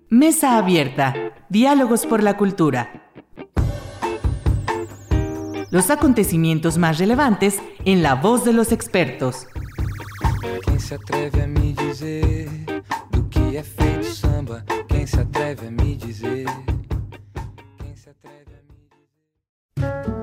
Mesa Abierta. Diálogos por la cultura. Los acontecimientos más relevantes en la voz de los expertos. Quem se atreve a me dizer do que é feito samba? Quem se atreve a me dizer? Quem se atreve a me dizer?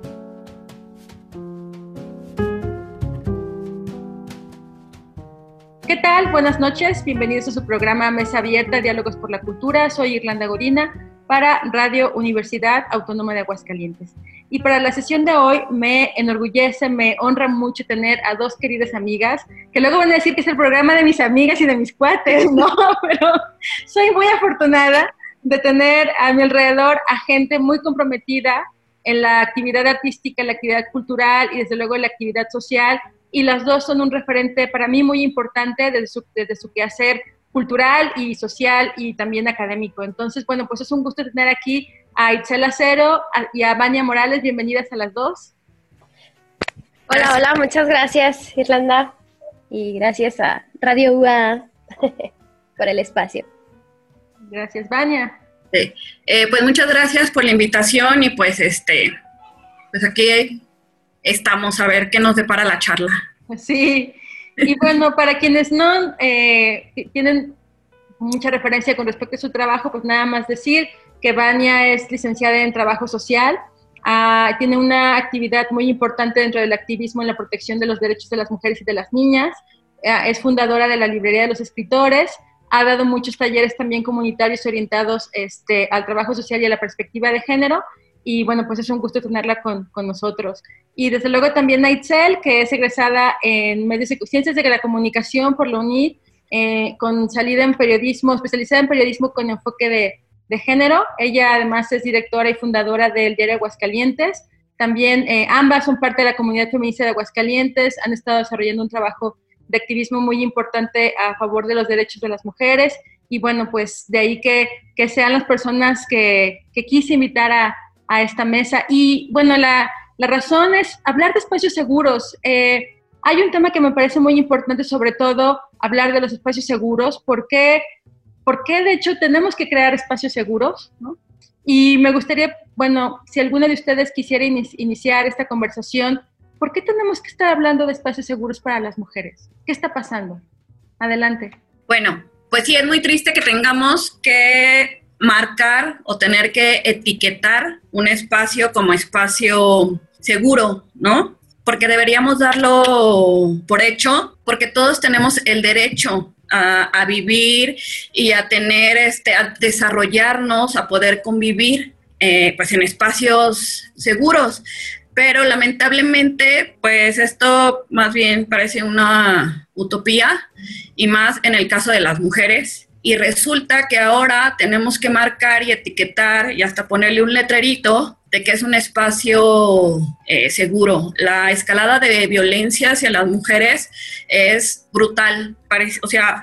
¿Qué tal? Buenas noches, bienvenidos a su programa Mesa Abierta, Diálogos por la Cultura. Soy Irlanda Gorina para Radio Universidad Autónoma de Aguascalientes. Y para la sesión de hoy me enorgullece, me honra mucho tener a dos queridas amigas, que luego van a decir que es el programa de mis amigas y de mis cuates, ¿no? Pero soy muy afortunada de tener a mi alrededor a gente muy comprometida en la actividad artística, en la actividad cultural y desde luego en la actividad social. Y las dos son un referente para mí muy importante desde su quehacer cultural y social y también académico. Entonces, bueno, pues es un gusto tener aquí a Itzel Acero y a Vania Morales. Bienvenidas a las dos. Hola, muchas gracias, Irlanda, y gracias a Radio UA por el espacio. Gracias, Vania. Sí. Pues muchas gracias por la invitación y pues aquí estamos a ver qué nos depara la charla. Sí, y bueno, para quienes no tienen mucha referencia con respecto a su trabajo, pues nada más decir que Vania es licenciada en Trabajo Social, tiene una actividad muy importante dentro del activismo en la protección de los derechos de las mujeres y de las niñas, es fundadora de la Librería de los Escritores, ha dado muchos talleres también comunitarios orientados al trabajo social y a la perspectiva de género, y bueno, pues es un gusto tenerla con nosotros. Y desde luego también a Itzel, que es egresada en Ciencias de la Comunicación por la UNID, con salida en periodismo, especializada en periodismo con enfoque de género. Ella además es directora y fundadora del Diario Aguascalientes. También ambas son parte de la comunidad feminista de Aguascalientes, han estado desarrollando un trabajo de activismo muy importante a favor de los derechos de las mujeres. Y bueno, pues de ahí que sean las personas que quise invitar a esta mesa. Y bueno, la razón es hablar de espacios seguros. Hay un tema que me parece muy importante, sobre todo hablar de los espacios seguros, porque de hecho tenemos que crear espacios seguros, ¿no? Y me gustaría, bueno, si alguna de ustedes quisiera iniciar esta conversación, ¿por qué tenemos que estar hablando de espacios seguros para las mujeres? ¿Qué está pasando? Adelante. Bueno, pues sí, es muy triste que tengamos que marcar o tener que etiquetar un espacio como espacio seguro, ¿no? Porque deberíamos darlo por hecho, porque todos tenemos el derecho a vivir y a tener, a desarrollarnos, a poder convivir, pues en espacios seguros. Pero lamentablemente, pues esto más bien parece una utopía, y más en el caso de las mujeres. Y resulta que ahora tenemos que marcar y etiquetar y hasta ponerle un letrerito de que es un espacio seguro. La escalada de violencia hacia las mujeres es brutal. O sea,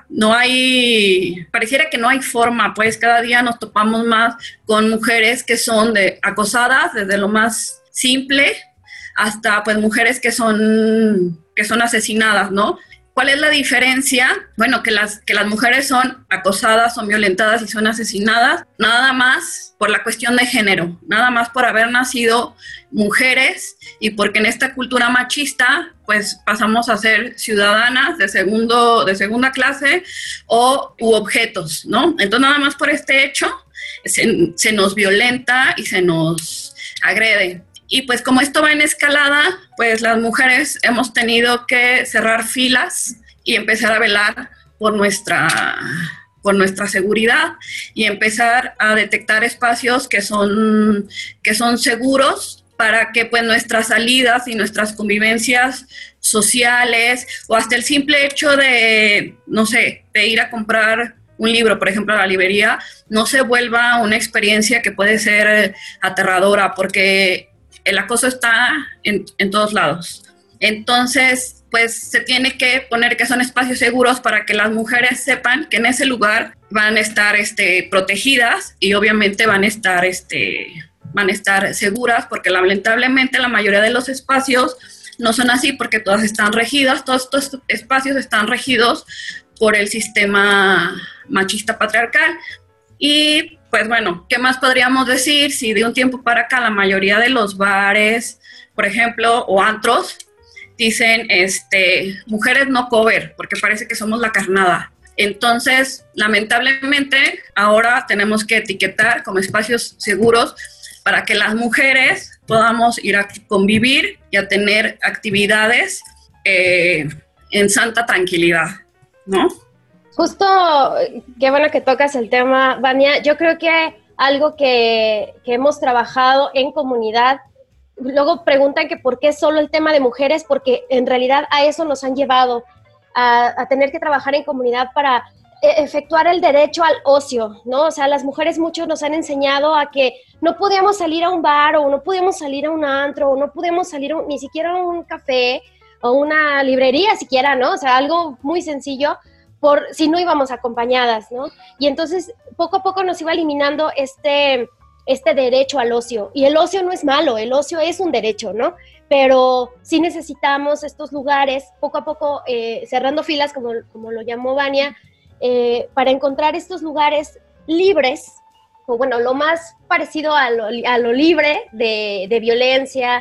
pareciera que no hay forma, pues cada día nos topamos más con mujeres que son acosadas desde lo más simple hasta pues mujeres que son asesinadas, ¿no? ¿Cuál es la diferencia? Bueno, que las mujeres son acosadas, son violentadas y son asesinadas nada más por la cuestión de género, nada más por haber nacido mujeres y porque en esta cultura machista pues pasamos a ser ciudadanas de segunda clase u objetos, ¿no? Entonces nada más por este hecho se nos violenta y se nos agrede. Y pues como esto va en escalada, pues las mujeres hemos tenido que cerrar filas y empezar a velar por nuestra seguridad y empezar a detectar espacios que son seguros para que pues nuestras salidas y nuestras convivencias sociales o hasta el simple hecho de, no sé, de ir a comprar un libro, por ejemplo, a la librería, no se vuelva una experiencia que puede ser aterradora, porque el acoso está en todos lados. Entonces, pues se tiene que poner que son espacios seguros para que las mujeres sepan que en ese lugar van a estar protegidas y obviamente van a estar seguras, porque lamentablemente la mayoría de los espacios no son así, porque todos estos espacios están regidos por el sistema machista patriarcal. Y pues bueno, ¿qué más podríamos decir? Si de un tiempo para acá la mayoría de los bares, por ejemplo, o antros, dicen, mujeres no cover, porque parece que somos la carnada. Entonces, lamentablemente, ahora tenemos que etiquetar como espacios seguros para que las mujeres podamos ir a convivir y a tener actividades en santa tranquilidad, ¿no? Justo, qué bueno que tocas el tema, Vania. Yo creo que algo que hemos trabajado en comunidad, luego preguntan que por qué solo el tema de mujeres, porque en realidad a eso nos han llevado, a tener que trabajar en comunidad para efectuar el derecho al ocio, ¿no? O sea, las mujeres muchos nos han enseñado a que no podíamos salir a un bar, o no podíamos salir a un antro, o no podíamos salir ni siquiera a un café o una librería siquiera, ¿no? O sea, algo muy sencillo si no íbamos acompañadas, ¿no? Y entonces poco a poco nos iba eliminando este derecho al ocio. Y el ocio no es malo, el ocio es un derecho, ¿no? Pero sí necesitamos estos lugares, poco a poco cerrando filas, como lo llamó Vania, para encontrar estos lugares libres, o bueno, lo más parecido a lo libre de violencia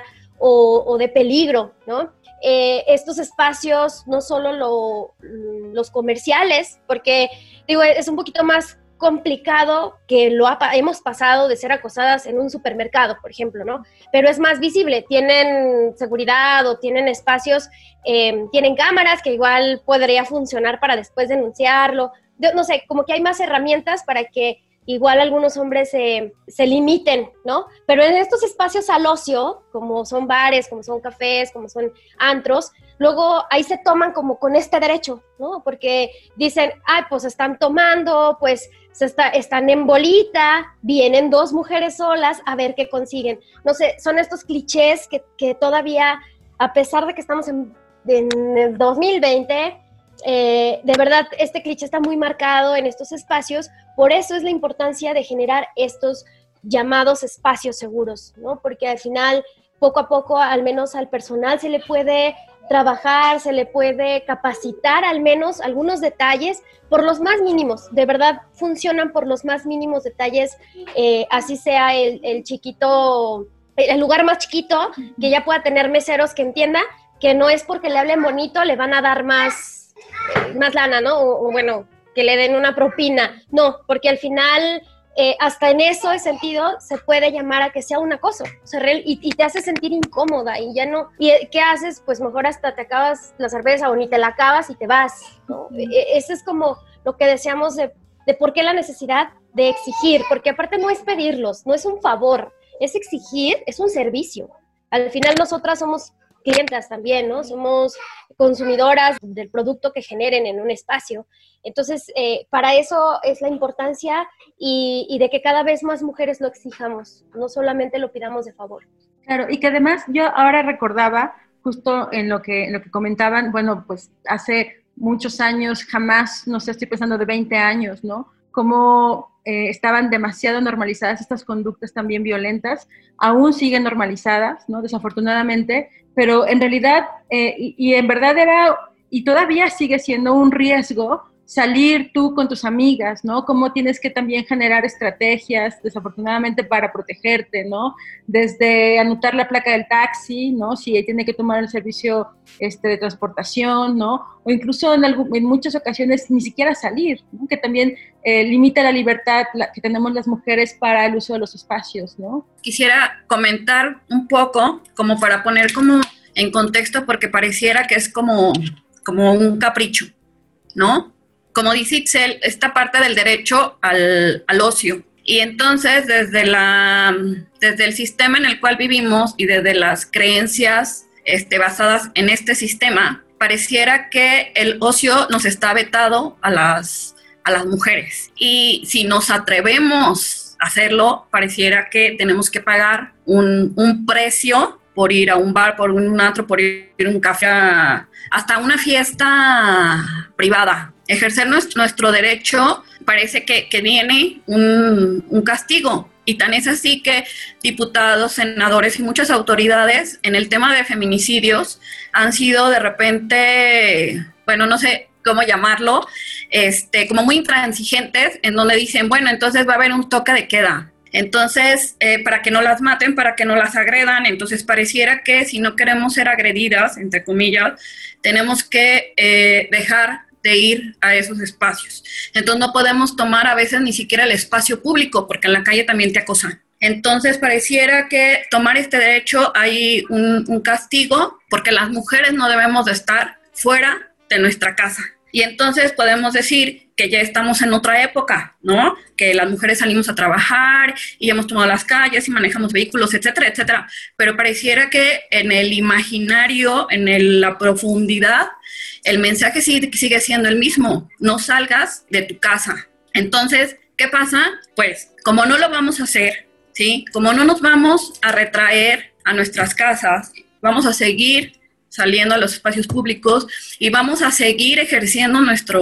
o de peligro, ¿no? Estos espacios, no solo los comerciales, porque digo, es un poquito más complicado que hemos pasado de ser acosadas en un supermercado, por ejemplo, ¿no? Pero es más visible, tienen seguridad o tienen espacios, tienen cámaras que igual podría funcionar para después denunciarlo, no sé, como que hay más herramientas para que igual algunos hombres se limiten, ¿no? Pero en estos espacios al ocio, como son bares, como son cafés, como son antros, luego ahí se toman como con este derecho, ¿no? Porque dicen, pues están tomando, pues están en bolita, vienen dos mujeres solas a ver qué consiguen. No sé, son estos clichés que todavía, a pesar de que estamos en el 2020, de verdad este cliché está muy marcado en estos espacios. Por eso es la importancia de generar estos llamados espacios seguros, ¿no? Porque al final, poco a poco, al menos al personal se le puede trabajar, se le puede capacitar al menos algunos detalles por los más mínimos. De verdad funcionan por los más mínimos detalles, así sea el chiquito, el lugar más chiquito, que ya pueda tener meseros que entienda que no es porque le hablen bonito le van a dar más lana, ¿no? O bueno, que le den una propina. No, porque al final, hasta en eso de sentido, se puede llamar a que sea un acoso. O sea, y te hace sentir incómoda y ya no. ¿Y qué haces? Pues mejor hasta te acabas la cerveza o ni te la acabas y te vas, ¿no? Eso es como lo que deseamos de por qué la necesidad de exigir, porque aparte no es pedirlos, no es un favor, es exigir, es un servicio. Al final nosotras somos clientas también, ¿no? Somos consumidoras del producto que generen en un espacio. Entonces, para eso es la importancia y de que cada vez más mujeres lo exijamos, no solamente lo pidamos de favor. Claro, y que además yo ahora recordaba, justo en lo que comentaban, bueno, pues hace muchos años, jamás, no sé, estoy pensando de 20 años, ¿no? Cómo estaban demasiado normalizadas estas conductas también violentas, aún siguen normalizadas, ¿no? Desafortunadamente, pero en realidad, y en verdad era, y todavía sigue siendo un riesgo salir tú con tus amigas, ¿no? Cómo tienes que también generar estrategias, desafortunadamente, para protegerte, ¿no? Desde anotar la placa del taxi, ¿no? Si tiene que tomar el servicio de transportación, ¿no? O incluso en muchas ocasiones ni siquiera salir, ¿no? Que también limita la libertad que tenemos las mujeres para el uso de los espacios, ¿no? Quisiera comentar un poco, como para poner como en contexto, porque pareciera que es como un capricho, ¿no? Como dice Itzel, esta parte del derecho al ocio. Y entonces, desde el sistema en el cual vivimos y desde las creencias basadas en este sistema, pareciera que el ocio nos está vetado a las mujeres. Y si nos atrevemos a hacerlo, pareciera que tenemos que pagar un precio por ir a un bar, por un antro, por ir a un café, hasta una fiesta privada. Ejercer nuestro derecho parece que viene un castigo. Y tan es así que diputados, senadores y muchas autoridades en el tema de feminicidios han sido de repente, bueno, no sé cómo llamarlo, como muy intransigentes, en donde dicen, bueno, entonces va a haber un toque de queda. Entonces, para que no las maten, para que no las agredan, entonces pareciera que si no queremos ser agredidas, entre comillas, tenemos que dejar de ir a esos espacios. Entonces no podemos tomar a veces ni siquiera el espacio público, porque en la calle también te acosan. Entonces pareciera que tomar este derecho hay un castigo, porque las mujeres no debemos de estar fuera de nuestra casa. Y entonces podemos decir que ya estamos en otra época, ¿no? Que las mujeres salimos a trabajar y hemos tomado las calles y manejamos vehículos, etcétera, etcétera. Pero pareciera que en el imaginario, la profundidad, el mensaje sigue siendo el mismo. No salgas de tu casa. Entonces, ¿qué pasa? Pues, como no lo vamos a hacer, ¿sí? Como no nos vamos a retraer a nuestras casas, vamos a seguir saliendo a los espacios públicos y vamos a seguir ejerciendo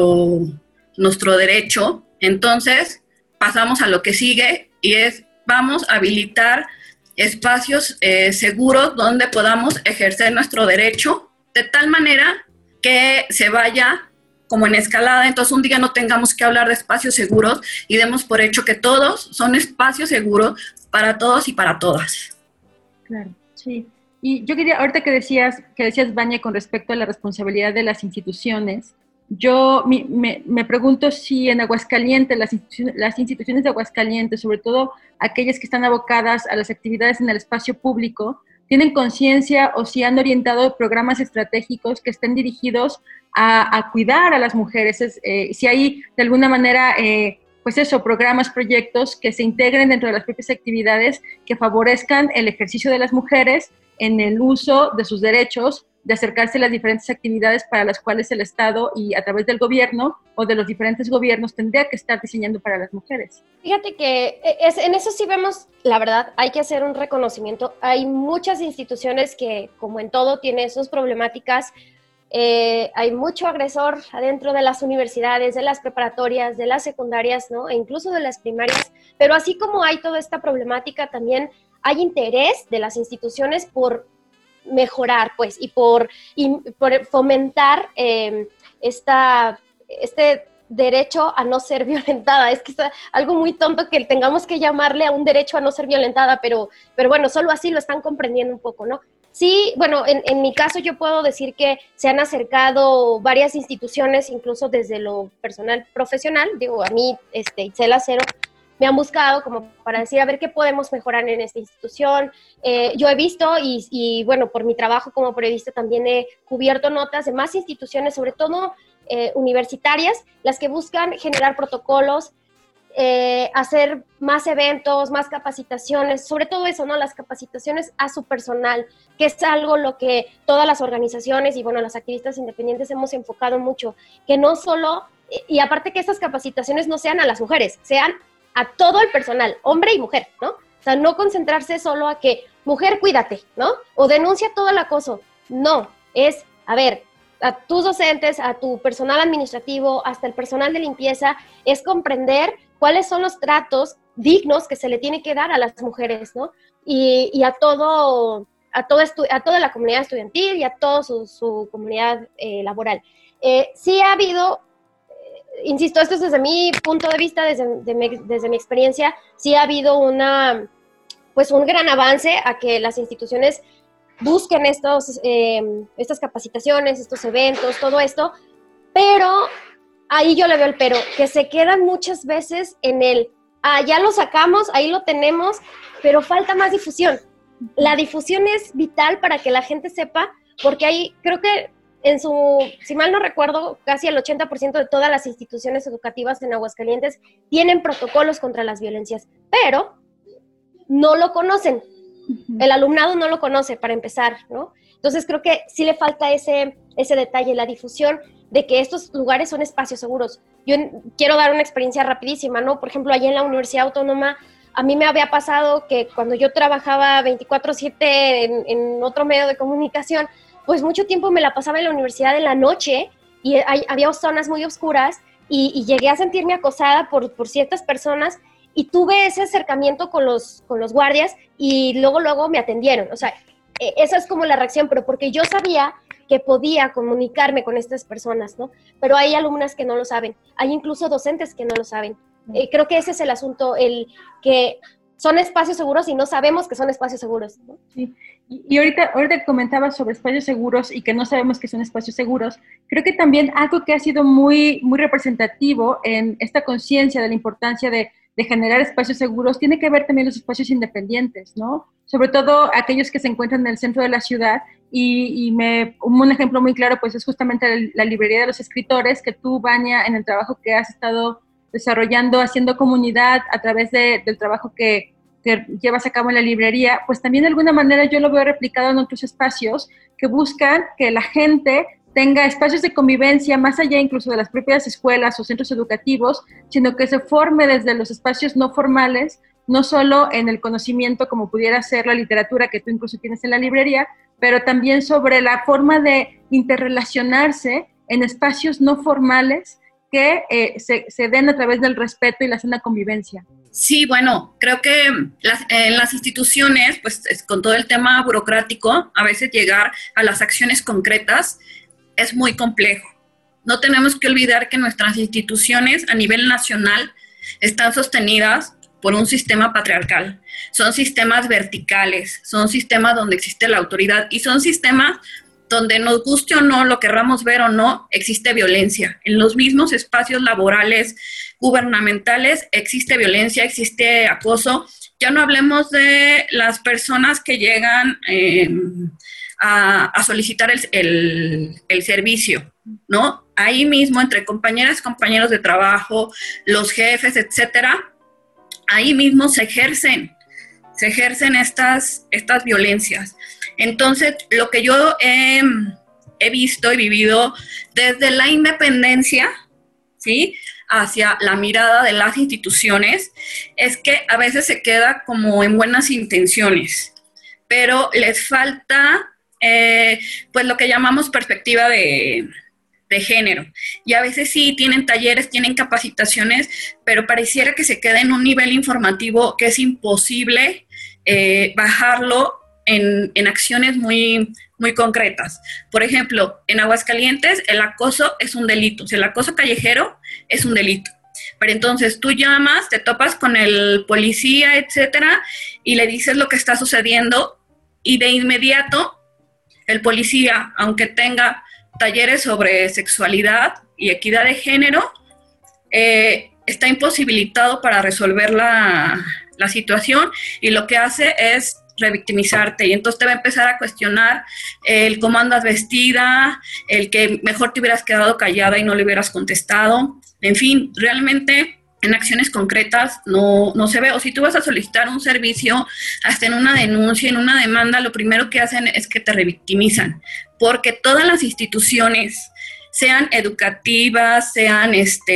nuestro derecho. Entonces pasamos a lo que sigue y vamos a habilitar espacios seguros donde podamos ejercer nuestro derecho de tal manera que se vaya como en escalada. Entonces un día no tengamos que hablar de espacios seguros y demos por hecho que todos son espacios seguros para todos y para todas. Claro, sí. Y yo quería, ahorita que decías, Vania, con respecto a la responsabilidad de las instituciones, yo me pregunto si en Aguascalientes, las instituciones de Aguascalientes, sobre todo aquellas que están abocadas a las actividades en el espacio público, tienen conciencia o si han orientado programas estratégicos que estén dirigidos a cuidar a las mujeres, si hay de alguna manera, programas, proyectos que se integren dentro de las propias actividades que favorezcan el ejercicio de las mujeres en el uso de sus derechos, de acercarse a las diferentes actividades para las cuales el Estado y a través del gobierno o de los diferentes gobiernos tendría que estar diseñando para las mujeres. Fíjate que en eso sí vemos, la verdad, hay que hacer un reconocimiento. Hay muchas instituciones que, como en todo, tienen sus problemáticas. Hay mucho agresor adentro de las universidades, de las preparatorias, de las secundarias, ¿no? E incluso de las primarias. Pero así como hay toda esta problemática, también hay interés de las instituciones por mejorar, pues, y por fomentar este derecho a no ser violentada. Es que es algo muy tonto que tengamos que llamarle a un derecho a no ser violentada, pero bueno, solo así lo están comprendiendo un poco, ¿no? Sí, bueno, en mi caso yo puedo decir que se han acercado varias instituciones, incluso desde lo personal profesional, digo, a mí, Itzel Acero, me han buscado como para decir, a ver qué podemos mejorar en esta institución. Yo he visto y bueno, por mi trabajo como periodista también he cubierto notas de más instituciones, sobre todo universitarias, las que buscan generar protocolos, hacer más eventos, más capacitaciones, sobre todo eso, ¿no? Las capacitaciones a su personal, que es algo lo que todas las organizaciones y bueno, las activistas independientes hemos enfocado mucho, que no solo, y aparte que estas capacitaciones no sean a las mujeres, sean a todo el personal, hombre y mujer, ¿no? O sea, no concentrarse solo a que, mujer, cuídate, ¿no? O denuncia todo el acoso. No, es, a ver, a tus docentes, a tu personal administrativo, hasta el personal de limpieza, es comprender cuáles son los tratos dignos que se le tiene que dar a las mujeres, ¿no? Y a toda la comunidad estudiantil y a toda su comunidad laboral. Sí ha habido... Insisto, esto es desde mi punto de vista, desde mi experiencia, sí ha habido un gran avance a que las instituciones busquen estas capacitaciones, estos eventos, todo esto, pero ahí yo le veo el pero, que se quedan muchas veces en ya lo sacamos, ahí lo tenemos, pero falta más difusión. La difusión es vital para que la gente sepa, porque ahí creo que si mal no recuerdo, casi el 80% de todas las instituciones educativas en Aguascalientes tienen protocolos contra las violencias, pero no lo conocen. El alumnado no lo conoce, para empezar, ¿no? Entonces creo que sí le falta ese detalle, la difusión de que estos lugares son espacios seguros. Yo quiero dar una experiencia rapidísima, ¿no? Por ejemplo, allá en la Universidad Autónoma, a mí me había pasado que cuando yo trabajaba 24/7 en otro medio de comunicación, pues mucho tiempo me la pasaba en la universidad en la noche y había zonas muy oscuras y llegué a sentirme acosada por ciertas personas y tuve ese acercamiento con los guardias y luego me atendieron. O sea, esa es como la reacción, pero porque yo sabía que podía comunicarme con estas personas, ¿no? Pero hay alumnas que no lo saben, hay incluso docentes que no lo saben. Creo que ese es el asunto, el que son espacios seguros y no sabemos que son espacios seguros, ¿no? Sí. Y ahorita comentabas sobre espacios seguros y que no sabemos que son espacios seguros. Creo que también algo que ha sido muy, muy representativo en esta conciencia de la importancia de generar espacios seguros tiene que ver también los espacios independientes, ¿no? Sobre todo aquellos que se encuentran en el centro de la ciudad. Un ejemplo muy claro pues es justamente la librería de los escritores, que tú, Vania, en el trabajo que has estado desarrollando, haciendo comunidad a través del trabajo que llevas a cabo en la librería, pues también de alguna manera yo lo veo replicado en otros espacios que buscan que la gente tenga espacios de convivencia más allá incluso de las propias escuelas o centros educativos, sino que se forme desde los espacios no formales, no solo en el conocimiento como pudiera ser la literatura que tú incluso tienes en la librería, pero también sobre la forma de interrelacionarse en espacios no formales que se den a través del respeto y la sana convivencia. Sí, bueno, creo que en las instituciones, pues con todo el tema burocrático, a veces llegar a las acciones concretas es muy complejo. No tenemos que olvidar que nuestras instituciones a nivel nacional están sostenidas por un sistema patriarcal. Son sistemas verticales, son sistemas donde existe la autoridad y son sistemas donde nos guste o no, lo querramos ver o no, existe violencia. En los mismos espacios laborales, gubernamentales, existe violencia, existe acoso. Ya no hablemos de las personas que llegan a solicitar el servicio, ¿no? Ahí mismo, entre compañeras, compañeros de trabajo, los jefes, etcétera, ahí mismo se ejercen estas violencias. Entonces, lo que yo he visto y vivido desde la independencia, ¿sí?, hacia la mirada de las instituciones, es que a veces se queda como en buenas intenciones, pero les falta, pues, lo que llamamos perspectiva de género. Y a veces sí tienen talleres, tienen capacitaciones, pero pareciera que se queda en un nivel informativo que es imposible bajarlo en acciones muy, muy concretas. Por ejemplo, en Aguascalientes el acoso es un delito. O sea, el acoso callejero es un delito. Pero entonces tú llamas, te topas con el policía, etcétera, y le dices lo que está sucediendo y de inmediato el policía, aunque tenga talleres sobre sexualidad y equidad de género, está imposibilitado para resolver la situación y lo que hace es revictimizarte y entonces te va a empezar a cuestionar el cómo andas vestida, el que mejor te hubieras quedado callada y no le hubieras contestado. En fin, realmente en acciones concretas no se ve. O si tú vas a solicitar un servicio, hasta en una denuncia, en una demanda, lo primero que hacen es que te revictimizan, porque todas las instituciones, sean educativas, sean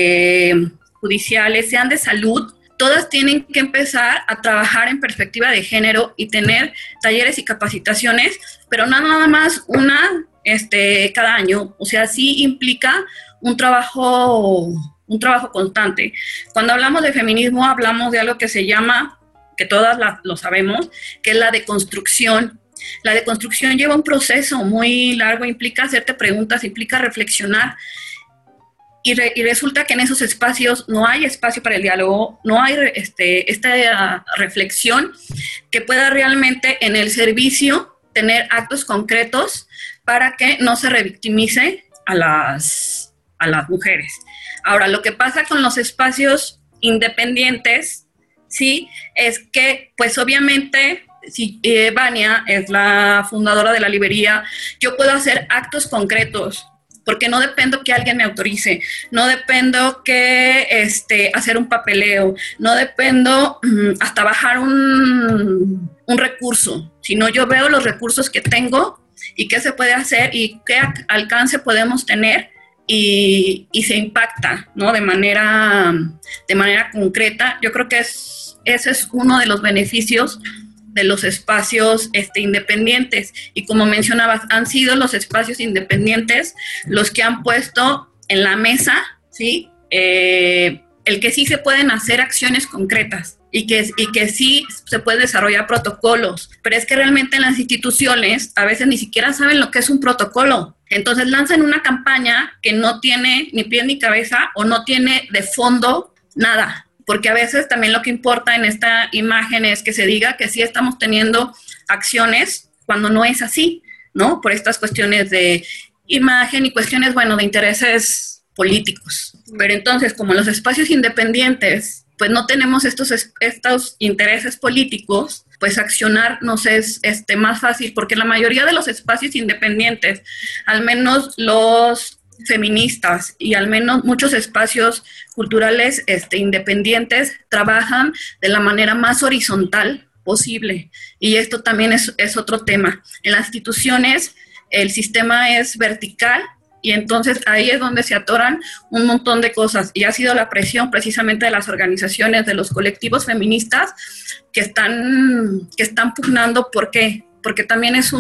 judiciales, sean de salud, todas tienen que empezar a trabajar en perspectiva de género y tener talleres y capacitaciones, pero no nada más una cada año. O sea, sí implica un trabajo constante. Cuando hablamos de feminismo, hablamos de algo que se llama, que todas lo sabemos, que es la deconstrucción. La deconstrucción lleva un proceso muy largo, implica hacerte preguntas, implica reflexionar. Y resulta que en esos espacios no hay espacio para el diálogo, no hay esta reflexión que pueda realmente en el servicio tener actos concretos para que no se revictimice a las mujeres. Ahora, lo que pasa con los espacios independientes, sí, es que, pues obviamente, si Vania es la fundadora de la librería, yo puedo hacer actos concretos, porque no dependo que alguien me autorice, no dependo que hacer un papeleo, no dependo hasta bajar un recurso, sino yo veo los recursos que tengo y qué se puede hacer y qué alcance podemos tener y se impacta, ¿no?, de manera concreta. Yo creo que ese es uno de los beneficios de los espacios independientes. Y como mencionabas, han sido los espacios independientes los que han puesto en la mesa, ¿sí?, el que sí se pueden hacer acciones concretas y que sí se pueden desarrollar protocolos. Pero es que realmente en las instituciones a veces ni siquiera saben lo que es un protocolo. Entonces lanzan una campaña que no tiene ni pie ni cabeza o no tiene de fondo nada, porque a veces también lo que importa en esta imagen es que se diga que sí estamos teniendo acciones cuando no es así, ¿no? Por estas cuestiones de imagen y cuestiones, bueno, de intereses políticos. Pero entonces, como los espacios independientes, pues no tenemos estos intereses políticos, pues accionar nos es más fácil, porque la mayoría de los espacios independientes, al menos los feministas y al menos muchos espacios culturales independientes, trabajan de la manera más horizontal posible. Y esto también es otro tema. En las instituciones el sistema es vertical y entonces ahí es donde se atoran un montón de cosas. Y ha sido la presión precisamente de las organizaciones, de los colectivos feministas que están pugnando. ¿Por qué? Porque también es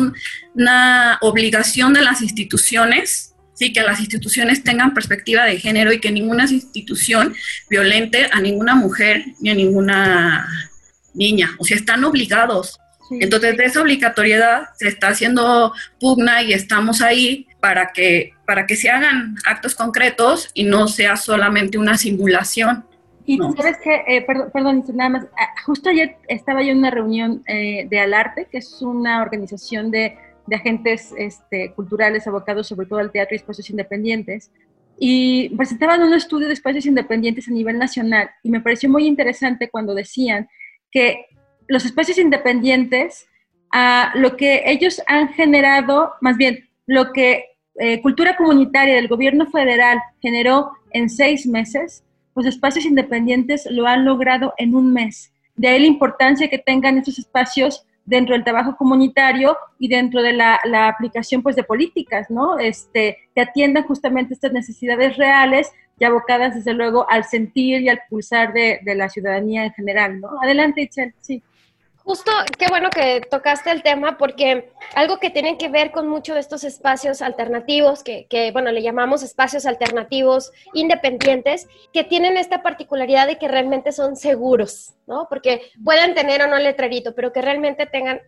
una obligación de las instituciones, sí, que las instituciones tengan perspectiva de género y que ninguna institución violente a ninguna mujer ni a ninguna niña. O sea, están obligados. Entonces, de esa obligatoriedad se está haciendo pugna y estamos ahí para que se hagan actos concretos y no sea solamente una simulación. Y ¿no? sabes que, perdón, nada más, justo ayer estaba yo en una reunión de Alarte, que es una organización de agentes culturales abocados sobre todo al teatro y espacios independientes, y presentaban un estudio de espacios independientes a nivel nacional, y me pareció muy interesante cuando decían que los espacios independientes, lo que ellos han generado, más bien, lo que Cultura Comunitaria del gobierno federal generó en 6 meses, los espacios independientes lo han logrado en 1 mes. De ahí la importancia que tengan estos espacios dentro del trabajo comunitario y dentro de la aplicación pues, de políticas, ¿no? Que atiendan justamente estas necesidades reales y abocadas, desde luego, al sentir y al pulsar de la ciudadanía en general, ¿no? Adelante, Itzel, sí. Justo, qué bueno que tocaste el tema, porque algo que tiene que ver con mucho de estos espacios alternativos, que bueno, le llamamos espacios alternativos independientes, que tienen esta particularidad de que realmente son seguros, ¿no? Porque pueden tener o no letrerito, pero que realmente tengan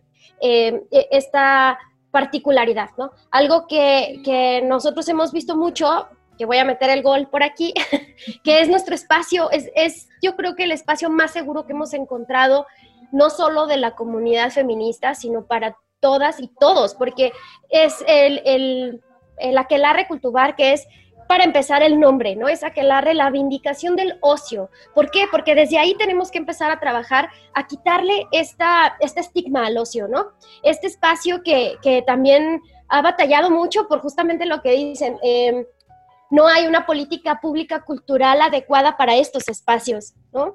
esta particularidad, ¿no? Algo que nosotros hemos visto mucho, que voy a meter el gol por aquí, que es nuestro espacio, es yo creo que el espacio más seguro que hemos encontrado, no solo de la comunidad feminista, sino para todas y todos, porque es el aquelarre cultural, que es, para empezar, el nombre, ¿no? Es aquelarre, la vindicación del ocio. ¿Por qué? Porque desde ahí tenemos que empezar a trabajar, a quitarle este estigma al ocio, ¿no? Este espacio que también ha batallado mucho por justamente lo que dicen, no hay una política pública cultural adecuada para estos espacios, ¿no?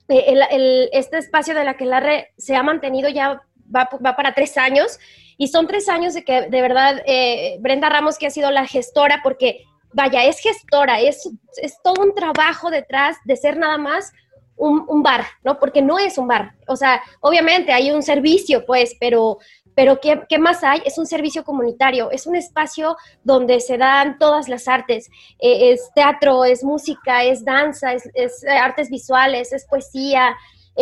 Este espacio de la aquelarre se ha mantenido, ya va para 3 años, y son 3 años de que de verdad Brenda Ramos, que ha sido la gestora, porque vaya, es gestora, es todo un trabajo detrás de ser nada más un bar, ¿no? Porque no es un bar, o sea, obviamente hay un servicio, pues, pero ¿qué más hay? Es un servicio comunitario, es un espacio donde se dan todas las artes, es teatro, es música, es danza, es artes visuales, es poesía,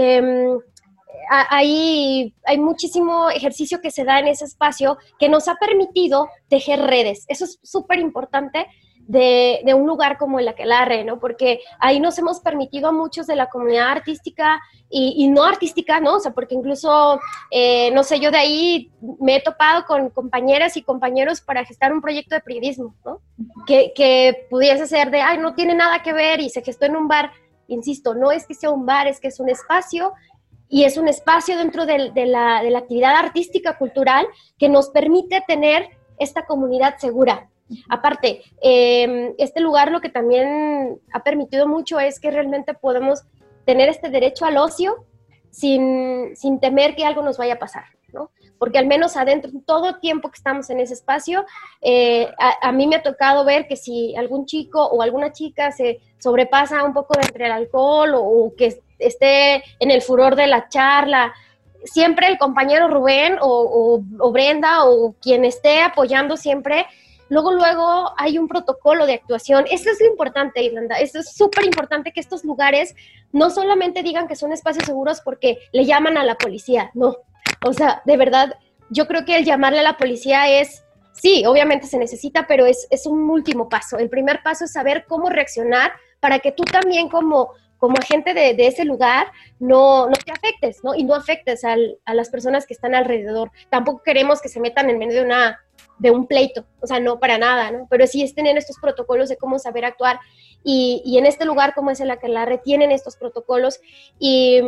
hay muchísimo ejercicio que se da en ese espacio que nos ha permitido tejer redes. Eso es súper importante de un lugar como el aquelarre, ¿no? Porque ahí nos hemos permitido a muchos de la comunidad artística y no artística, ¿no? O sea, porque incluso, no sé, yo de ahí me he topado con compañeras y compañeros para gestar un proyecto de periodismo, ¿no? Que pudiese ser de, ay, no tiene nada que ver y se gestó en un bar. Insisto, no es que sea un bar, es que es un espacio, y es un espacio dentro de la actividad artística, cultural, que nos permite tener esta comunidad segura. Aparte, este lugar lo que también ha permitido mucho es que realmente podemos tener este derecho al ocio sin temer que algo nos vaya a pasar, ¿no? Porque al menos adentro, todo el tiempo que estamos en ese espacio, a mí me ha tocado ver que si algún chico o alguna chica se sobrepasa un poco entre el alcohol o que esté en el furor de la charla, siempre el compañero Rubén o Brenda o quien esté apoyando siempre, luego hay un protocolo de actuación. Eso es lo importante, Irlanda. Eso es súper importante, que estos lugares no solamente digan que son espacios seguros porque le llaman a la policía, no. O sea, de verdad, yo creo que el llamarle a la policía es sí, obviamente se necesita, pero es un último paso. El primer paso es saber cómo reaccionar para que tú también como agente de ese lugar no te afectes, ¿no? Y no afectes a las personas que están alrededor. Tampoco queremos que se metan en medio de un pleito, o sea, no para nada, ¿no? Pero sí es tener estos protocolos de cómo saber actuar y en este lugar como es el Aquelarre tienen estos protocolos y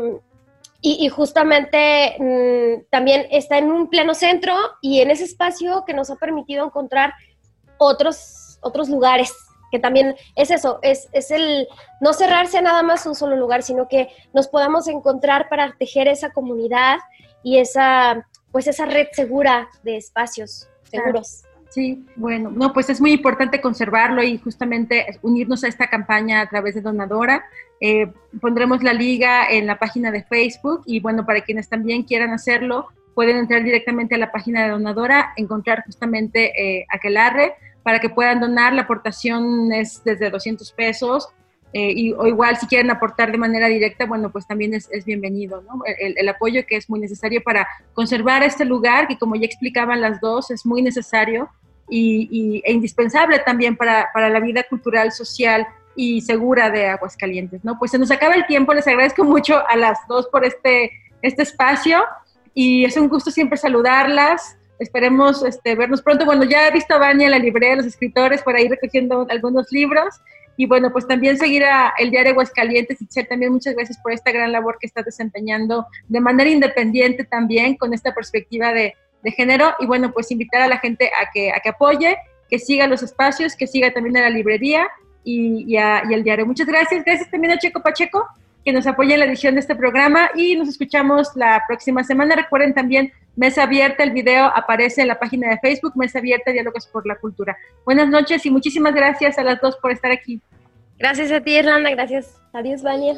justamente también está en un pleno centro y en ese espacio que nos ha permitido encontrar otros lugares, que también es eso, es el no cerrarse a nada más un solo lugar, sino que nos podamos encontrar para tejer esa comunidad y esa red segura de espacios seguros. Sí, bueno, no, pues es muy importante conservarlo y justamente unirnos a esta campaña a través de Donadora. Pondremos la liga en la página de Facebook y bueno, para quienes también quieran hacerlo, pueden entrar directamente a la página de Donadora, encontrar justamente Aquelarre, para que puedan donar. La aportación es desde 200 pesos o igual si quieren aportar de manera directa, bueno, pues también es bienvenido, ¿no? El apoyo que es muy necesario para conservar este lugar, que como ya explicaban las dos, es muy necesario e indispensable también para la vida cultural, social y segura de Aguascalientes, ¿no? Pues se nos acaba el tiempo, les agradezco mucho a las dos por este espacio y es un gusto siempre saludarlas. Esperemos vernos pronto. Bueno, ya he visto a Vania en la librería de los escritores por ahí recogiendo algunos libros. Y bueno, pues también seguir a El Diario Aguascalientes. Itzel, también muchas gracias por esta gran labor que estás desempeñando de manera independiente también con esta perspectiva de género. Y bueno, pues invitar a la gente a que apoye, que siga los espacios, que siga también a la librería y al diario. Muchas gracias. Gracias también a Checo Pacheco, que nos apoya en la edición de este programa y nos escuchamos la próxima semana. Recuerden también Mesa Abierta, el video aparece en la página de Facebook, Mesa Abierta, Diálogos por la Cultura. Buenas noches y muchísimas gracias a las dos por estar aquí. Gracias a ti, Irlanda, gracias. Adiós, Vania.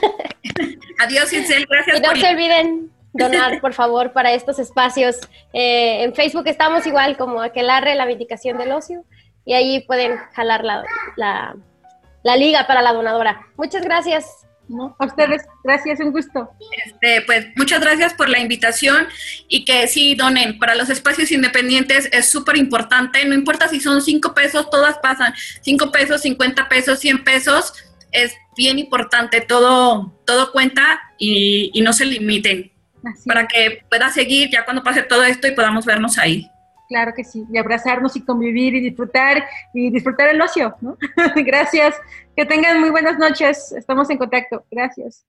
Adiós, Itzel, gracias. Y no se olviden donar, por favor, para estos espacios. En Facebook estamos igual como Aquelarre, la Vindicación del Ocio, y ahí pueden jalar la liga para la donadora. Muchas gracias. ¿No? A ustedes, gracias, un gusto. Pues muchas gracias por la invitación y que sí donen para los espacios independientes, es súper importante, no importa si son 5 pesos, todas pasan, 5 pesos, 50 pesos, 100 pesos, es bien importante, todo cuenta y no se limiten. Así para que pueda seguir ya cuando pase todo esto y podamos vernos ahí. Claro que sí, y abrazarnos y convivir y disfrutar el ocio, ¿no? Gracias, que tengan muy buenas noches, estamos en contacto, gracias.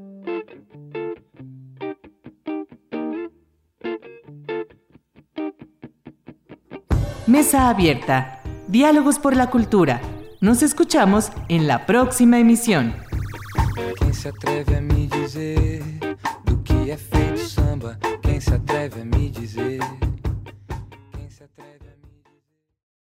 Mesa Abierta, Diálogos por la Cultura. Nos escuchamos en la próxima emisión. Quem se atreve a me dizer do que é feito samba? Quem se atreve a me dizer